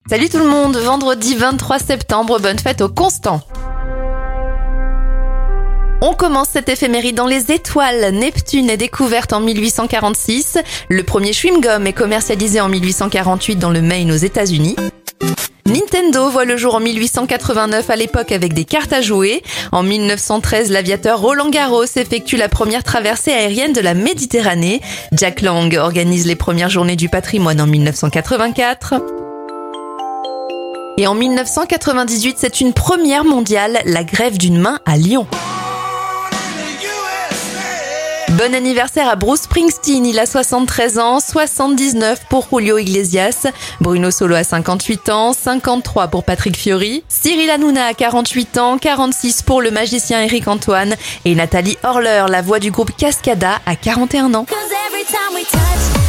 Salut tout le monde, vendredi 23 septembre, bonne fête au Constant. On commence cette éphéméride dans les étoiles. Neptune est découverte en 1846. Le premier chewing-gum est commercialisé en 1848 dans le Maine aux États-Unis. Nintendo voit le jour en 1889 à l'époque avec des cartes à jouer. En 1913, l'aviateur Roland Garros effectue la première traversée aérienne de la Méditerranée. Jack Lang organise les premières journées du patrimoine en 1984. Et en 1998, c'est une première mondiale, la grève d'une main à Lyon. Bon anniversaire à Bruce Springsteen, il a 73 ans, 79 pour Julio Iglesias, Bruno Solo a 58 ans, 53 pour Patrick Fiori, Cyril Hanouna a 48 ans, 46 pour le magicien Eric Antoine et Nathalie Horler, la voix du groupe Cascada, a 41 ans.